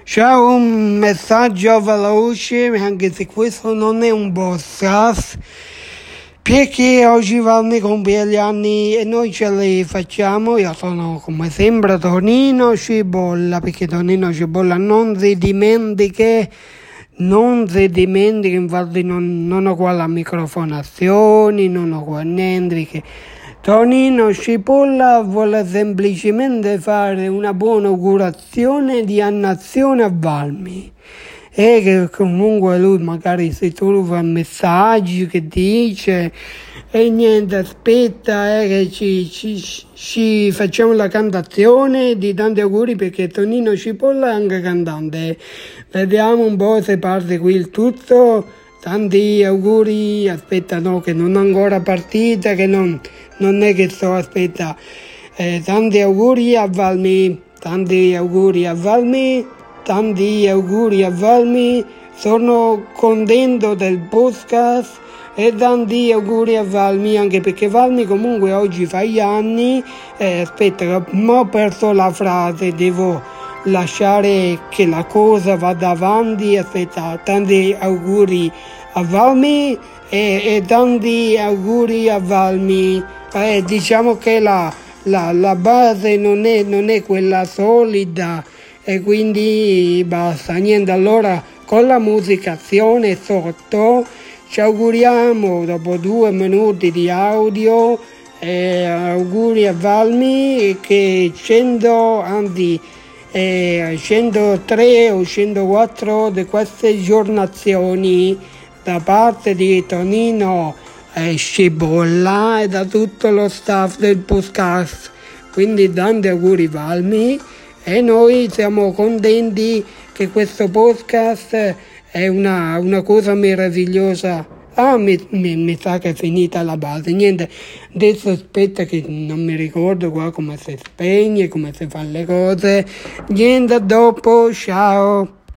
C'è un messaggio veloce, anche se questo non è un podcast, perché oggi Valmi compie gli anni e noi ce li facciamo. Io sono come sempre Tonino Cipolla, perché Tonino Cipolla non si dimentica, infatti non ho qua la microfonazione, non ho qua niente, perché Tonino Cipolla vuole semplicemente fare una buona augurazione di annazione a Valmi, e che comunque lui magari si trova messaggi che dice e niente, aspetta che ci facciamo la cantazione di tanti auguri, perché Tonino Cipolla è anche cantante. Vediamo un po' se parte qui il tutto. Tanti auguri, aspetta, no, che non è ancora partita, che non è che sto, aspetta. Tanti auguri a Valmi, tanti auguri a Valmi, tanti auguri a Valmi. Sono contento del podcast e tanti auguri a Valmi, anche perché Valmi comunque oggi fa gli anni. Aspetta, ma ho perso la frase, devo lasciare che la cosa vada avanti. Aspetta, tanti auguri a Valmi e tanti auguri a Valmi. Diciamo che la base non è quella solida, e quindi basta, niente. Allora, con la musicazione sotto ci auguriamo, dopo 2 minuti di audio, auguri a Valmi, che 103 o 104 di queste giornazioni da parte di Tonino Cipolla e da tutto lo staff del podcast. Quindi tanti auguri Valmi, e noi siamo contenti che questo podcast è una cosa meravigliosa. Mi sa che è finita la base. Niente, adesso aspetta che non mi ricordo qua come si spegne, come si fanno le cose. Niente, dopo, ciao.